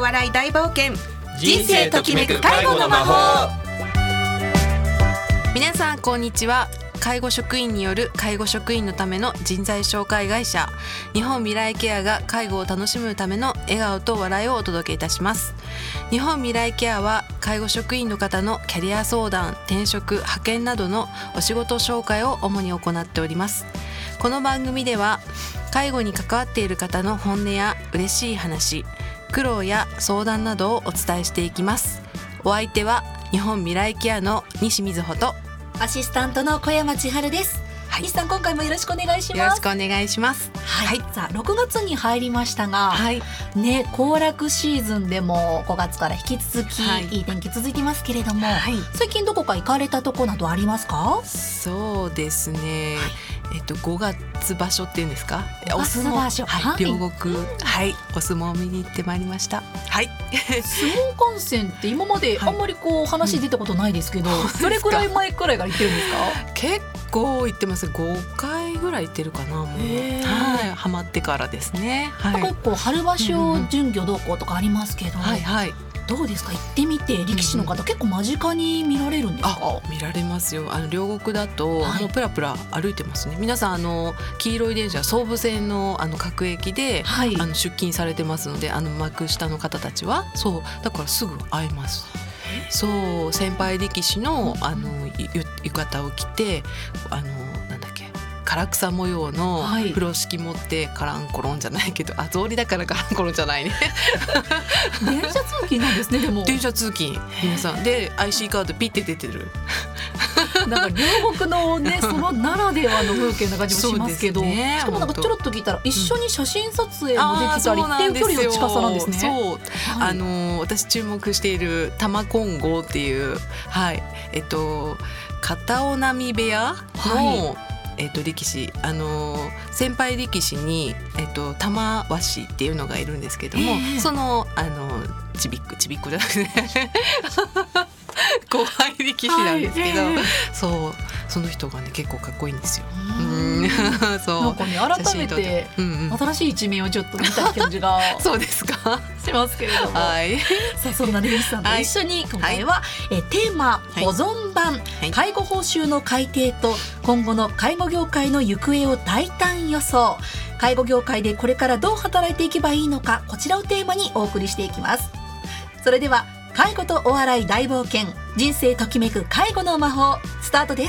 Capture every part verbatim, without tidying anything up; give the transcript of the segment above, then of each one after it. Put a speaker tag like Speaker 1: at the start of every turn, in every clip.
Speaker 1: 笑い大冒険、
Speaker 2: 人生ときめく介護の魔法。
Speaker 3: 皆さんこんにちは。介護職員による介護職員のための人材紹介会社日本未来ケアが介護を楽しむための笑顔と笑いをお届けいたします。日本未来ケアは介護職員の方のキャリア相談、転職、派遣などのお仕事紹介を主に行っております。この番組では介護に関わっている方の本音や嬉しい話、苦労や相談などをお伝えしていきます。お相手は日本未来ケアの西瑞穂と
Speaker 4: アシスタントの小山千春です。はい、西さん今回もよろしくお願いします。
Speaker 3: よろしくお願いします。
Speaker 4: はい、はい、さあろくがつに入りましたが、
Speaker 3: はい、
Speaker 4: ね、行楽シーズンでもごがつから引き続き、はい、いい天気続いてますけれども、はい、最近どこか行かれたとこなどありますか？
Speaker 3: そうですね、はい、えっと、ごがつ場所っていうんですか、
Speaker 4: お相撲場所、
Speaker 3: はい、両国、はい、お相撲を見に行ってまいりました。はい、
Speaker 4: 相撲観戦って今まであんまりこう話出たことないですけど、はい、どれくらい前くらいから行ってるんですか？
Speaker 3: 結構行ってます。ごかいぐらい行ってるかな。もう、はい、ハマってからですね。はい、
Speaker 4: 結構春場所巡業どうこうとかありますけど、
Speaker 3: はいはい、
Speaker 4: どうですか？行ってみて力士の方、うん、結構間近に見られるんですか？
Speaker 3: あ、見られますよ。あの両国だと、はい、もうプラプラ歩いてますね。皆さんあの黄色い電車、総武線のあの各駅で、はい、あの出勤されてますので、あの幕下の方たちはそうだからすぐ会えます。そう先輩力士のあの浴衣を着て、あのなんだっけ、唐草模様の風呂敷持ってカランコロンじゃないけど、あ、草履だからカランコロンじゃないね
Speaker 4: 電車通勤なんですね。でも
Speaker 3: 電車通勤皆さんで アイシー カードピッて出てる
Speaker 4: なんか両国のねそのならではの風景な感じもしますけど、ね、しかもなんかちょろっと聞いたら一緒に写真撮影もできたりっていう距離の近さなんですね。
Speaker 3: そう、はい、あの私注目している玉金剛っていう、はい、えっと片男波部屋の、はい、えっと、力士、あの先輩力士に、えっと、玉鷲っていうのがいるんですけども、その、あのちびっこちびっこじゃなくて後輩力士なんですけど、はい、そうその人がね結構かっこいいんですよ。うんそう
Speaker 4: なんかね改めて、うんうん、新しい一面をちょっと見た感じが
Speaker 3: そうですか
Speaker 4: しますけれども、
Speaker 3: はい、
Speaker 4: さあそんな西さんと一緒に今回は、はい、えテーマ、はい、保存版、はい、介護報酬の改定と今後の介護業界の行方を大胆予想、介護業界でこれからどう働いていけばいいのか、こちらをテーマにお送りしていきます。それでは介護とお笑い大冒険、人生ときめく介護の魔法、スタートです。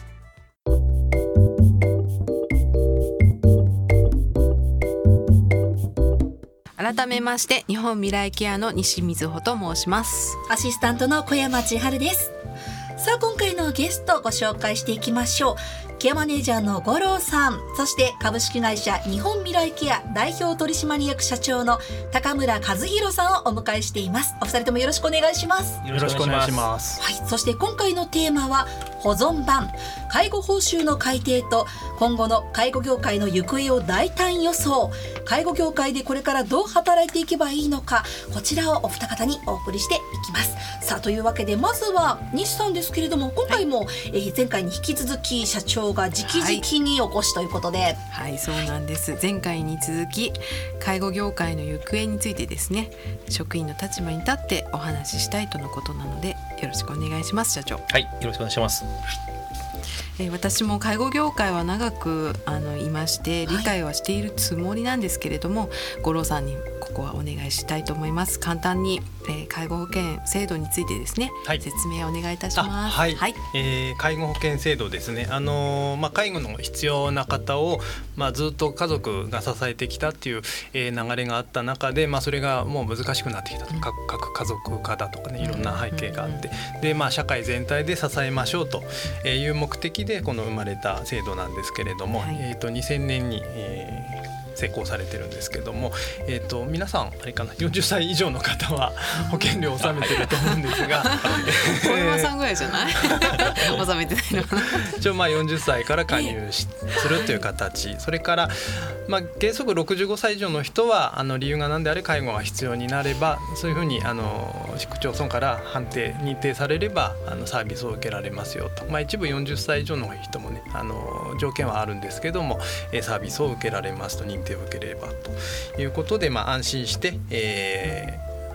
Speaker 3: 改めまして日本未来ケアの西瑞穂と申します。
Speaker 4: アシスタントの小山千春です。さあ今回のゲストご紹介していきましょう。ケアマネージャーの五郎さん、そして株式会社日本未来ケア代表取締役社長の高村和弘さんをお迎えしています。お二人ともよろしくお願いします。
Speaker 2: よろしくお願いします。
Speaker 4: はい、そして今回のテーマは保存版、介護報酬の改定と今後の介護業界の行方を大胆予想、介護業界でこれからどう働いていけばいいのか、こちらをお二方にお送りしていきます。さあというわけでまずは西さんですけれども、今回も、はい、えー、前回に引き続き社長が直々にお越しということで、はい、
Speaker 3: はい、そうなんです。前回に続き介護業界の行方についてですね、職員の立場に立ってお話ししたいとのことなのでよろしくお願いします。社長。
Speaker 2: はい、よろしくお願いします。
Speaker 3: えー、私も介護業界は長くあのいまして理解はしているつもりなんですけれども、はい、五郎さんにここはお願いしたいと思います。簡単に、えー、介護保険制度についてですね、はい、説明をお願いいたします。
Speaker 2: はい、はい、えー、介護保険制度ですね、あのーまあ、介護の必要な方を、まあ、ずっと家族が支えてきたっていう、えー、流れがあった中で、まあ、それがもう難しくなってきたと、うん、各, 各家族化だとかね、いろんな背景があって、うんうん、で、まあ、社会全体で支えましょうという目的でこの生まれた制度なんですけれども、はい、えー、とにせんねんに、えー成功されてるんですけども、えー、と皆さんあれかな、よんじゅっさい以上の方は保険料を納めてると思うんですが
Speaker 3: 小山さんぐらいじゃない納めてないのかな
Speaker 2: 一応まあよんじゅっさいから加入しするという形、それから、まあ、原則ろくじゅうごさい以上の人はあの理由が何であれ介護が必要になれば、そういうふうにあの市区町村から判定認定されればあのサービスを受けられますよと、まあ、一部よんじゅっさい以上の人もね、あの条件はあるんですけども、サービスを受けられますと、認定を受ければということで、まあ、安心して、えー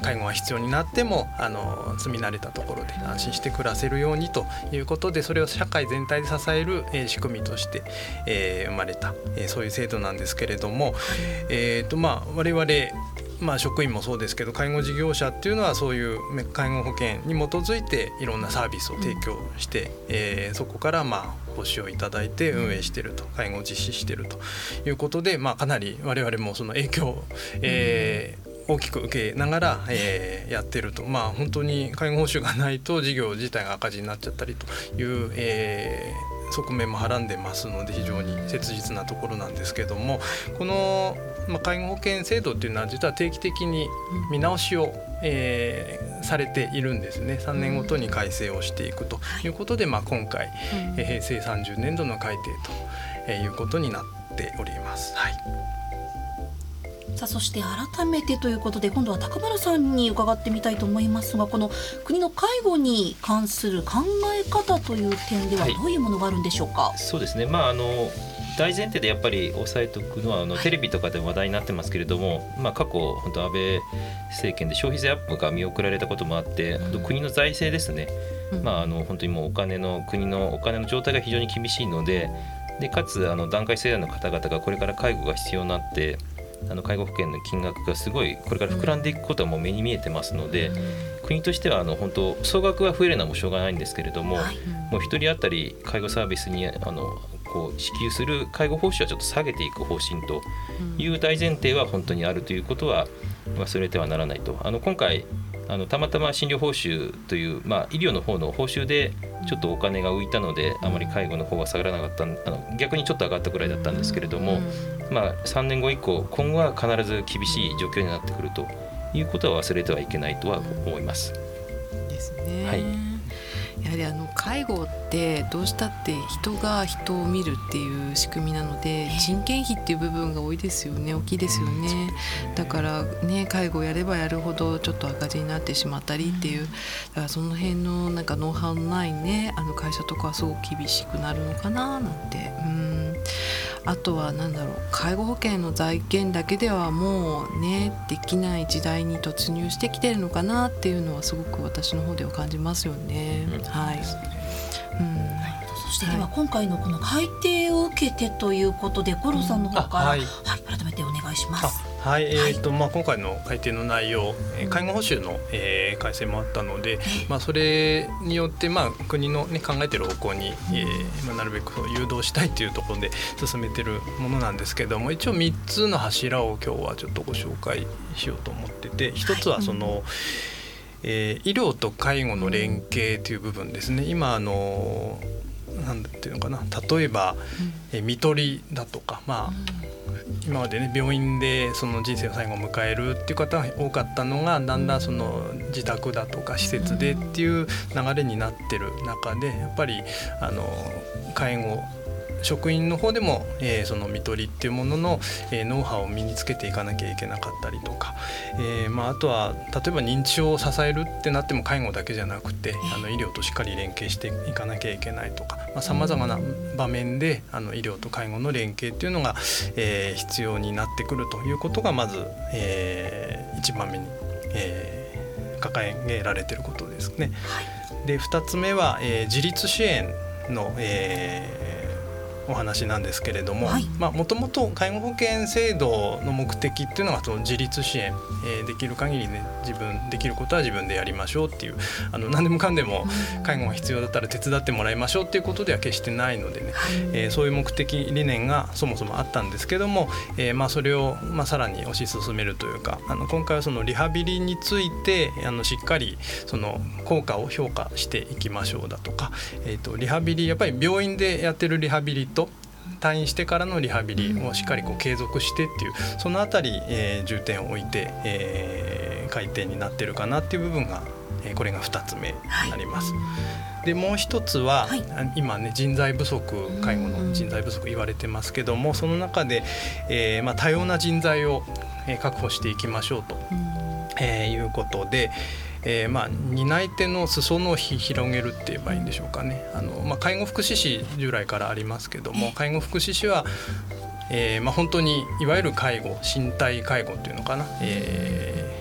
Speaker 2: 介護が必要になってもあの住み慣れたところで安心して暮らせるようにということで、それを社会全体で支える、えー、仕組みとして、えー、生まれた、えー、そういう制度なんですけれども、えーとまあ、我々まあ、職員もそうですけど介護事業者っていうのはそういう介護保険に基づいていろんなサービスを提供して、うんえー、そこからまあ報酬をいただいて運営していると、介護を実施しているということで、まあ、かなり我々もその影響を、えー、大きく受けながら、えー、やっていると、まあ、本当に介護報酬がないと事業自体が赤字になっちゃったりという、えー側面もはらんでますので非常に切実なところなんですけども、この、まあ、介護保険制度っていうのは実は定期的に見直しを、えー、されているんですね。さんねんごとに改正をしていくということで、まあ、今回、えー、平成さんじゅうねんどの改定ということになっております。はい。
Speaker 4: さあそして改めてということで今度は高村さんに伺ってみたいと思いますが、この国の介護に関する考え方という点ではどういうものがあるんでしょうか。
Speaker 1: はい、そうですね、まあ、あの大前提でやっぱり押さえておくのはあの、はい、テレビとかで話題になってますけれども、まあ、過去本当安倍政権で消費税アップが見送られたこともあって、うん、国の財政ですね、うんまあ、あの本当にもうお金の国のお金の状態が非常に厳しいので、でかつあの団塊世代の方々がこれから介護が必要になってあの介護保険の金額がすごいこれから膨らんでいくことはもう目に見えてますので、うん、国としてはあの本当総額は増えるのはもうしょうがないんですけれども、はい、もうひとり当たり介護サービスにあのこう支給する介護報酬はちょっと下げていく方針という大前提は本当にあるということは忘れてはならないと。あの今回あのたまたま診療報酬という、まあ、医療の方の報酬でちょっとお金が浮いたのであまり介護の方は下がらなかった、あの逆にちょっと上がったくらいだったんですけれども、まあ、さんねんご以降今後は必ず厳しい状況になってくるということは忘れてはいけないとは思います。
Speaker 3: ですね。
Speaker 1: はい、
Speaker 3: やはりあの介護ってどうしたって人が人を見るっていう仕組みなので人件費っていう部分が多いですよね。大きいですよね。だからね介護をやればやるほどちょっと赤字になってしまったりっていう、だからその辺のなんかノウハウのないねあの会社とかはすごく厳しくなるのかななんて。うんあとは何だろう、介護保険の財源だけではもうねできない時代に突入してきてるのかなっていうのはすごく私の方では感じますよね。うん、はい。うん、
Speaker 4: そしてでは今回のこの改定を受けてということで五郎さんの方から、うんはいはい、改めてお願いします。
Speaker 2: はい、えーとまあ、今回の改定の内容、介護報酬の、えー、改正もあったので、まあ、それによって、まあ、国の、ね、考えている方向に、えーまあ、なるべく誘導したいというところで進めているものなんですけども、一応みっつの柱を今日はちょっとご紹介しようと思ってて、一つはその、えー、医療と介護の連携という部分ですね。今あのなんていうのかな、例えば、えー、看取りだとか、まあ今までね病院でその人生の最後を迎えるっていう方が多かったのがだんだんその自宅だとか施設でっていう流れになってる中で、やっぱりあの介護職員の方でも、えー、その看取りっていうものの、えー、ノウハウを身につけていかなきゃいけなかったりとか、えーまあ、あとは例えば認知症を支えるってなっても介護だけじゃなくてあの医療としっかり連携していかなきゃいけないとか、さまざ、まな場面であの医療と介護の連携っていうのが、えー、必要になってくるということがまず、えー、一番目に、えー、掲げられていることですね。でふたつめは、えー、自立支援の、えーお話なんですけれども、もともと介護保険制度の目的っていうのがその自立支援、えー、できる限りね自分できることは自分でやりましょうっていう、あの何でもかんでも介護が必要だったら手伝ってもらいましょうっていうことでは決してないのでね、えー、そういう目的理念がそもそもあったんですけども、えーまあ、それを、まあ、さらに推し進めるというか、あの今回はそのリハビリについてあのしっかりその効果を評価していきましょうだとか、えーと、リハビリやっぱり病院でやってるリハビリと退院してからのリハビリをしっかりこう継続してっていう、そのあたり、えー、重点を置いて、えー、改定になってるかなっていう部分が、えー、これがふたつめになります。はい、でもう一つは、はい、今ね人材不足、介護の人材不足言われてますけども、その中で、えーまあ、多様な人材を、えー、確保していきましょうと、えー、いうことで、えーまあ、担い手の裾野を広げるって言えばいいんでしょうかね。あの、まあ、介護福祉士従来からありますけども、介護福祉士は、えーまあ、本当にいわゆる介護、身体介護っていうのかな、えー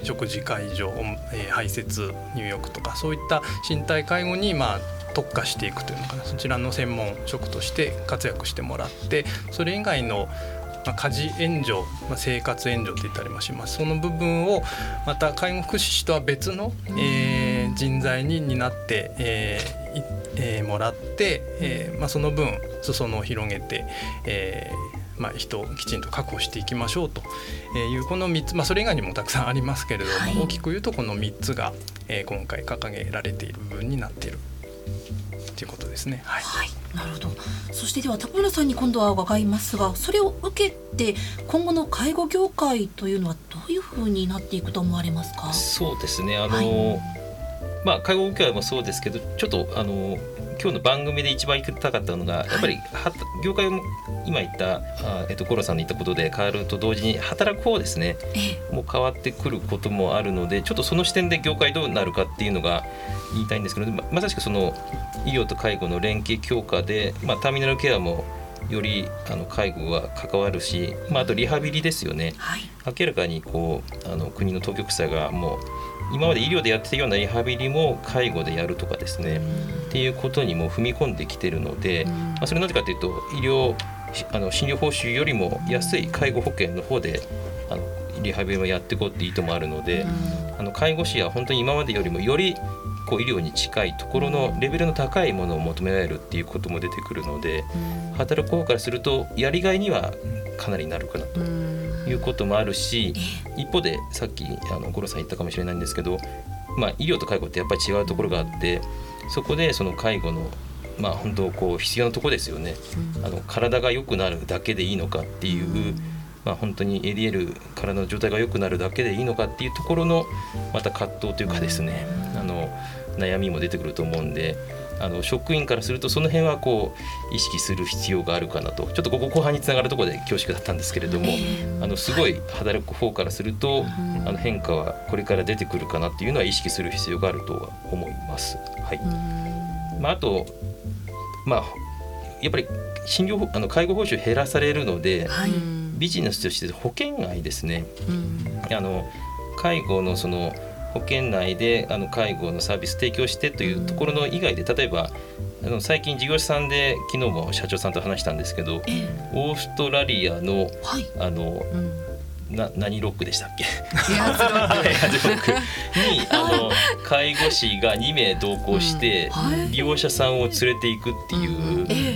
Speaker 2: 食事介助、えー、排泄入浴とかそういった身体介護にまあ特化していくというのかな、そちらの専門職として活躍してもらって、それ以外のまあ、家事援助、まあ、生活援助って言ったりもします。その部分をまた介護福祉士とは別の、えー、人材に担って、えーえー、もらって、えーまあ、その分裾野を広げて、えーまあ、人をきちんと確保していきましょうというこのみっつ、まあ、それ以外にもたくさんありますけれども、はい、大きく言うとこのみっつが、えー、今回掲げられている部分になっているということですね。はい、
Speaker 4: はい、なるほど。そしてでは高村さんに今度は伺いますが、それを受けて今後の介護業界というのはどういうふうになっていくと思われますか？
Speaker 1: そうですね、あの、
Speaker 4: はい
Speaker 1: まあ、介護業界もそうですけど、ちょっとあの今日の番組で一番言いたかったのが、やっぱりは業界も今言ったあ、えっと、五郎さんの言ったことで変わると同時に働く方ですね、もう変わってくることもあるので、ちょっとその視点で業界どうなるかっていうのが言いたいんですけど、ま, まさしくその医療と介護の連携強化で、まあ、ターミナルケアもよりあの介護が関わるし、まあ、あとリハビリですよね、はい、明らかにこうあの国の当局者がもう今まで医療でやってたようなリハビリも介護でやるとかですね、っていうことにも踏み込んできてるので、まあ、それなぜかというと医療あの診療報酬よりも安い介護保険の方であのリハビリもやっていこうっていう意図もあるので、あの介護士は本当に今までよりもよりこう医療に近いところのレベルの高いものを求められるっていうことも出てくるので、働く方からするとやりがいにはかなりなるかなということもあるし、一方でさっきあの五郎さん言ったかもしれないんですけど、まあ、医療と介護ってやっぱり違うところがあって、そこでその介護のまあ本当こう必要なところですよね、あの体が良くなるだけでいいのかっていう、まあ、本当に エーディーエル 体の状態が良くなるだけでいいのかっていうところのまた葛藤というかですね、あの悩みも出てくると思うんで、あの職員からするとその辺はこう意識する必要があるかなと、ちょっとここ後半につながるところで恐縮だったんですけれども、あのすごい働く方からするとあの変化はこれから出てくるかなっていうのは意識する必要があるとは思います。はい。まあ、あと、まあ、やっぱり診療あの介護報酬減らされるので、はい、ビジネスとして保険外ですね、あの介護のその保険内であの介護のサービス提供してというところの以外で、例えばあの最近事業者さんで昨日も社長さんと話したんですけど、オーストラリアの、はい、あの、うんな何ロックでしたっけ
Speaker 3: エアーズロック
Speaker 1: エアーズロックにあの介護士がにめい同行して、うん、利用者さんを連れていくっていう、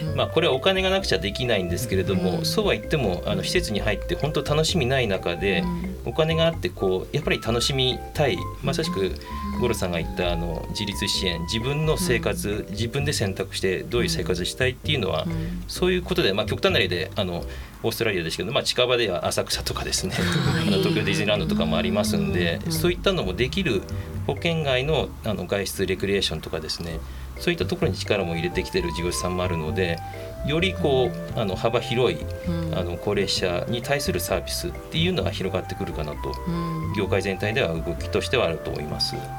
Speaker 1: うんまあ、これはお金がなくちゃできないんですけれども、うん、そうは言ってもあの施設に入って本当楽しみない中で、うん、お金があってこうやっぱり楽しみたい、まさしく五郎さんが言ったあの自立支援、自分の生活、うん、自分で選択してどういう生活したいっていうのは、うん、そういうことで、まあ、極端な例であのオーストラリアですけど、まあ、近場では浅草とかですね、はい、あの東京ディズニーランドとかもありますんで、うん、そういったのもできる保険外 の, あの外出レクリエーションとかですね、そういったところに力も入れてきている事業者さんもあるので、よりこうあの幅広い、うん、あの高齢者に対するサービスっていうのが広がってくるかなと、うん、業界全体では動きとしてはあると思います。はい、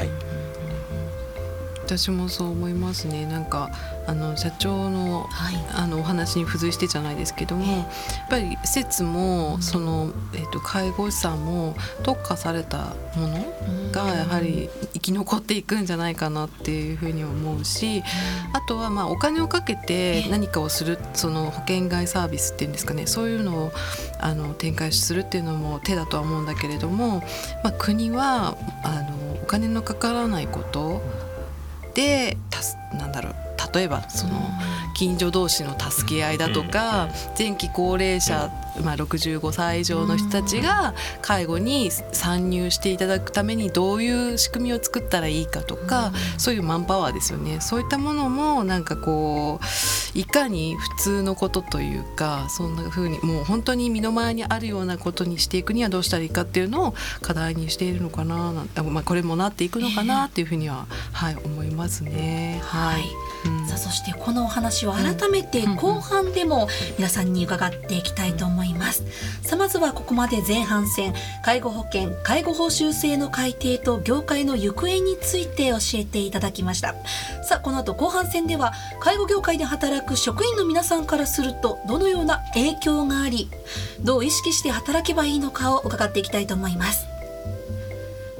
Speaker 3: 私もそう思いますね。なんかあの社長 の,、はい、あのお話に付随してじゃないですけども、やっぱり施設もその、えーと、介護士さんも特化されたものがやはり生き残っていくんじゃないかなっていうふうに思うし、あとはまあお金をかけて何かをする、その保険外サービスっていうんですかね、そういうのをあの展開するっていうのも手だとは思うんだけれども、まあ、国はあのお金のかからないことでたすなんだろう例えばその近所同士の助け合いだとか、前期高齢者、まあ、ろくじゅうごさい以上の人たちが介護に参入していただくためにどういう仕組みを作ったらいいかとか、そういうマンパワーですよね。そういったものもなんかこういかに普通のことというか、そんな風にもう本当に身の回りにあるようなことにしていくにはどうしたらいいかっていうのを課題にしているのかな、なんて、まあ、これもなっていくのかなっていうふうには、はい、思いますね。はい、うん、さあ
Speaker 4: そしてこのお話を改めて後半でも皆さんに伺っていきたいと思います。さあまずはここまで前半戦、介護保険介護報酬制の改定と業界の行方について教えていただきました。さあこの後後半戦では介護業界で働く職員の皆さんからするとどのような影響があり、どう意識して働けばいいのかを伺っていきたいと思います。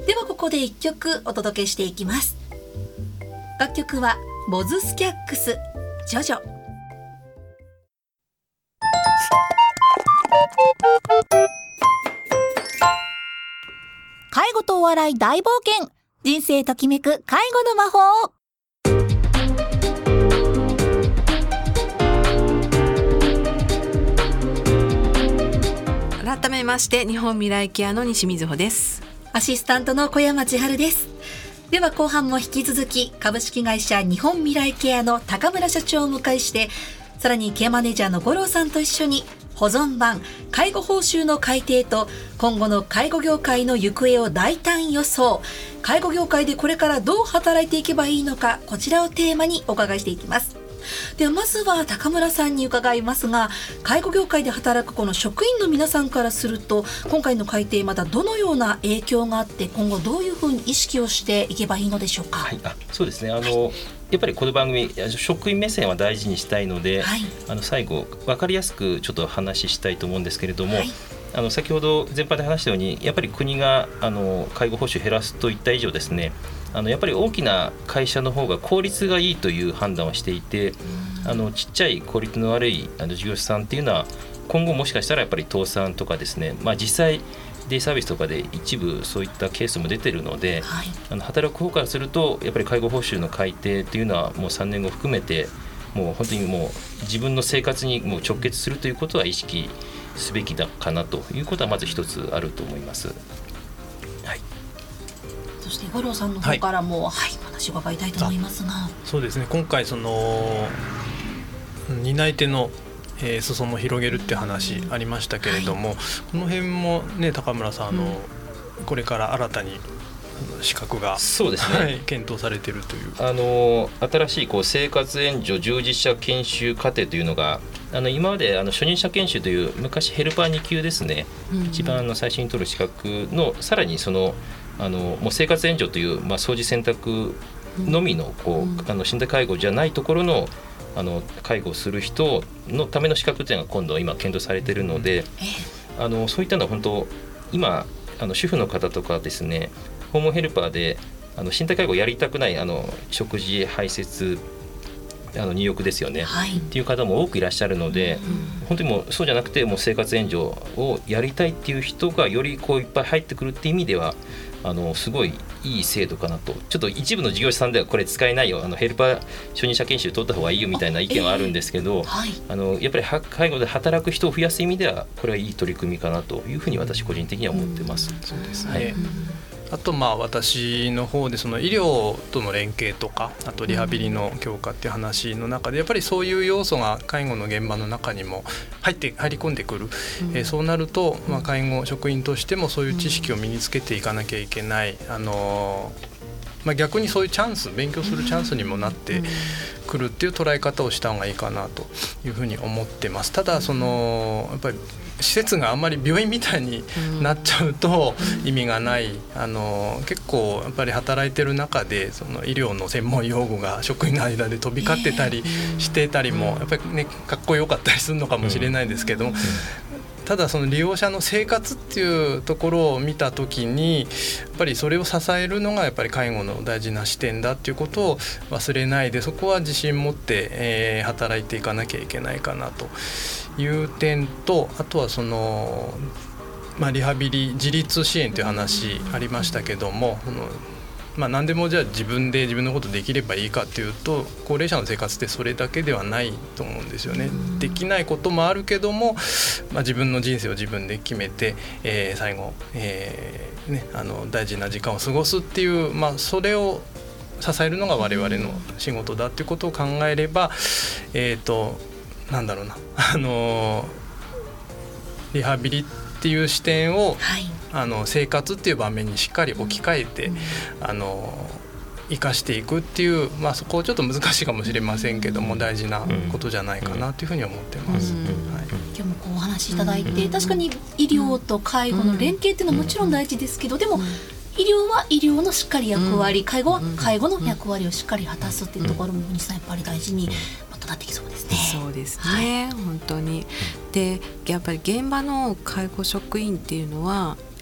Speaker 4: ではここでいっきょくお届けしていきます。楽曲はボズスキャックスジョジョ。介護とお笑い大冒険、人生ときめく介護の魔法。
Speaker 3: 改めまして日本未来ケアの西瑞穂です。
Speaker 4: アシスタントの小山千春です。では後半も引き続き株式会社日本未来ケアの高村社長をお迎えして、さらにケアマネージャーの五郎さんと一緒に保存版介護報酬の改定と今後の介護業界の行方を大胆予想、介護業界でこれからどう働いていけばいいのか、こちらをテーマにお伺いしていきます。ではまずは高村さんに伺いますが、介護業界で働くこの職員の皆さんからすると今回の改定またどのような影響があって、今後どういうふうに意識をしていけばいいのでしょうか。
Speaker 1: はい、あそうですね、あの、はい、やっぱりこの番組職員目線は大事にしたいので、はい、あの最後分かりやすくちょっとお話ししたいと思うんですけれども、はい、あの先ほど前半で話したようにやっぱり国があの介護報酬を減らすといった以上ですね、あのやっぱり大きな会社の方が効率がいいという判断をしていて、あのちっちゃい効率の悪いあの事業者さんっていうのは今後もしかしたらやっぱり倒産とかですね、まあ、実際デイサービスとかで一部そういったケースも出てるので、はい、あの働く方からするとやっぱり介護報酬の改定っていうのはもうさんねんご含めてもう本当にもう自分の生活にもう直結するということは意識すべきだかなということはまず一つあると思います。はい、
Speaker 4: そして五郎さんの方からも、はいはい、お話を伺いたいと思いますが、
Speaker 2: そうですね、今回その担い手のえー、裾野を広げるって話ありましたけれども、はい、この辺もね高村さん、あの、うん、これから新たに資格が
Speaker 1: そうですね、
Speaker 2: はい、検討されているという
Speaker 1: あの新しいこう生活援助従事者研修課程というのがあの今まであの初任者研修という昔ヘルパーに級ですね、うんうん、一番の最初に取る資格のさらにそのあのもう生活援助という、まあ、掃除洗濯のみのこう、うん、あの身体介護じゃないところのあの介護する人のための資格というのが今度今検討されているので、あのそういったのは本当今あの主婦の方とかですね、訪問ヘルパーであの身体介護をやりたくないあの食事排泄あの入浴ですよね、はい、っていう方も多くいらっしゃるので、うん、本当にもうそうじゃなくてもう生活援助をやりたいっていう人がよりこういっぱい入ってくるっていう意味ではあのすごいいい制度かなと。ちょっと一部の事業者さんではこれ使えないよ、あのヘルパー初任者研修取った方がいいよみたいな意見はあるんですけど、あ、えーはい、あのやっぱり介護で働く人を増やす意味ではこれはいい取り組みかなというふうに私個人的には思ってます。うん、
Speaker 2: そうですね、はい、あとまあ私の方でその医療との連携とかあとリハビリの強化っていう話の中でやっぱりそういう要素が介護の現場の中にも入って入り込んでくる、うんえー、そうなるとまあ介護職員としてもそういう知識を身につけていかなきゃいけない、あのーまあ、逆にそういうチャンス勉強するチャンスにもなってくるっていう捉え方をした方がいいかなというふうに思ってます。ただそのやっぱり施設があんまり病院みたいになっちゃうと意味がない、あの結構やっぱり働いてる中でその医療の専門用語が職員の間で飛び交ってたりしてたりもやっぱりねかっこよかったりするのかもしれないですけど、ただその利用者の生活っていうところを見た時にやっぱりそれを支えるのがやっぱり介護の大事な視点だっていうことを忘れないで、そこは自信持って、えー、働いていかなきゃいけないかなという点と、あとはその、まあ、リハビリ自立支援という話ありましたけども、このまあ、何でもじゃあ自分で自分のことできればいいかっていうと高齢者の生活ってそれだけではないと思うんですよね。できないこともあるけども、まあ、自分の人生を自分で決めて、えー、最後、えーね、あの大事な時間を過ごすっていう、まあ、それを支えるのが我々の仕事だっていうことを考えれば、えーと、なんだろうな、あのリハビリっていう視点を、はい、あの生活っていう場面にしっかり置き換えて、うん、あの生かしていくっていう、まあ、そこはちょっと難しいかもしれませんけども大事なことじゃないかなというふうに思ってます。うんうんはい、
Speaker 4: 今日もこうお話しいただいて、うん、確かに医療と介護の連携っていうのはもちろん大事ですけど、でも医療は医療のしっかり役割、介護は介護の役割をしっかり果たすっていうところも西さんやっぱり大事になってきそうですね。
Speaker 3: そうですね、はい、本当に。でやっぱり現場の介護職員っていうのは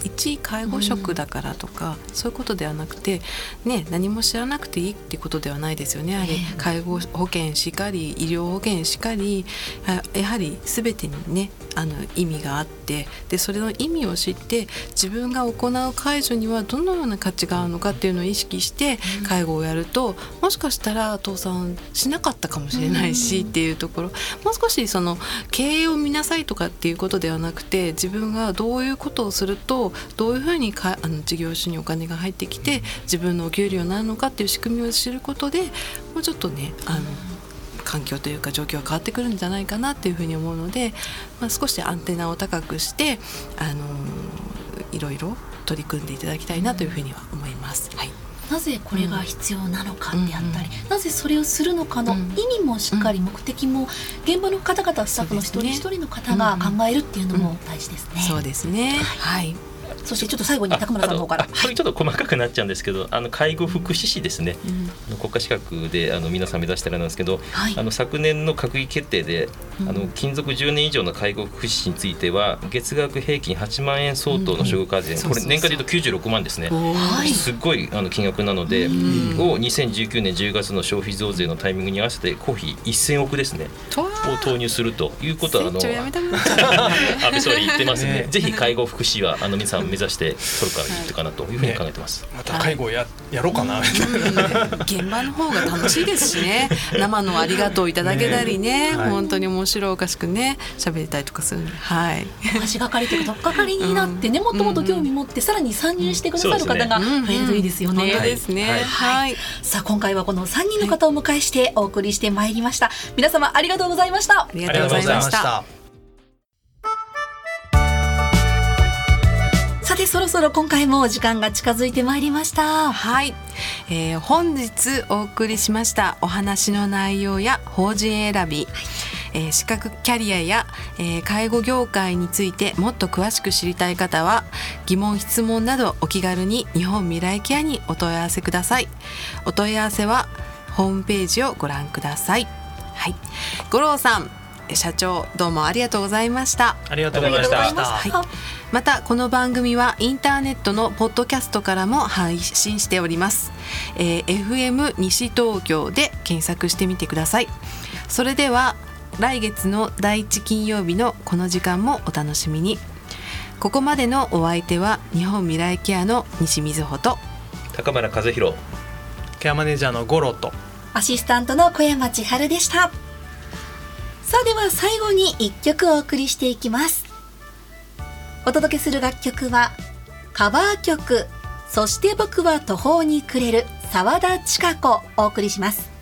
Speaker 3: 一介護職だからとか、うん、そういうことではなくて、ね、何も知らなくていいっていうことではないですよね。やはり介護保険しかり医療保険しかり、やはり全てにねあの意味があって、でそれの意味を知って自分が行う介助にはどのような価値があるのかっていうのを意識して介護をやると、もしかしたら倒産しなかったかもしれないしっていうところ、もう少しその経営を見なさいとかっていうことではなくて、自分がどういうことをするとどういうふうにかあの事業主にお金が入ってきて自分のお給料になるのかっていう仕組みを知ることで、もうちょっとねあの環境というか状況が変わってくるんじゃないかなっていうふうに思うので、まあ、少しアンテナを高くして、あのー、いろいろ取り組んでいただきたいなというふうには思います、はい。
Speaker 4: なぜこれが必要なのかであったり、うん、なぜそれをするのかの意味もしっかり、目的も現場の方々スタッフの一人一人の方が考えるっていうのも大事ですね。
Speaker 3: そうですね、はい、はい。
Speaker 4: そしてちょっと最後に高村さんの方から、
Speaker 1: これちょっと細かくなっちゃうんですけど、あの介護福祉士ですね、うん、国家資格であの皆さん目指してるんですけど、はい、あの昨年の閣議決定で、うん、あの勤続じゅうねん以上の介護福祉士については月額平均はちまんえん相当の処遇改善、うん、これ年間でいうときゅうじゅうろくまんですね。すごいあの金額なので、うん、をにせんじゅうきゅうねんじゅうがつの消費増税のタイミングに合わせて公費せんおくですねを投入するということは、あの安倍総理言ってますね。ぜひ介護福祉はあの皆さん目指して取るからいいかなというふうに考えてます、
Speaker 2: ね、また介護 や,、はい、やろうかな、うん、
Speaker 3: 現場の方が楽しいですしね生のありがとういただけたり ね, ね、はい、本当に面白おかしくね喋りたりとかするんで、はい、
Speaker 4: 足がかりというか取っかかりになってね、もっともっと興味持ってさらに参入してくださる方が増えるといいですよね。
Speaker 3: 本当ですね、はいはい、
Speaker 4: さあ今回はこのさんにんの方をお迎えしてお送りしてまいりました、はい、皆様ありがとうございました。
Speaker 3: ありがとうございました。
Speaker 4: さてそろそろ今回もお時間が近づいてまいりました。
Speaker 3: はい、えー、本日お送りしましたお話の内容や法人選び、はい、えー、資格キャリアや、えー、介護業界についてもっと詳しく知りたい方は疑問質問などお気軽に日本未来ケアにお問い合わせください。お問い合わせはホームページをご覧ください。はい、五郎さん社長どうもありがとうございました。
Speaker 2: ありがとうございました。
Speaker 3: はい、またこの番組はインターネットのポッドキャストからも配信しております、えー、エフエム 西東京で検索してみてください。それでは来月のだいいち金曜日のこの時間もお楽しみに。ここまでのお相手は日本未来ケアの西瑞穂と
Speaker 1: 高村和弘、
Speaker 2: ケアマネージャーの五郎と
Speaker 4: アシスタントの小山千春でした。さあでは最後にいっきょくお送りしていきます。お届けする楽曲はカバー曲そして僕は途方に暮れる沢田千佳子お送りします。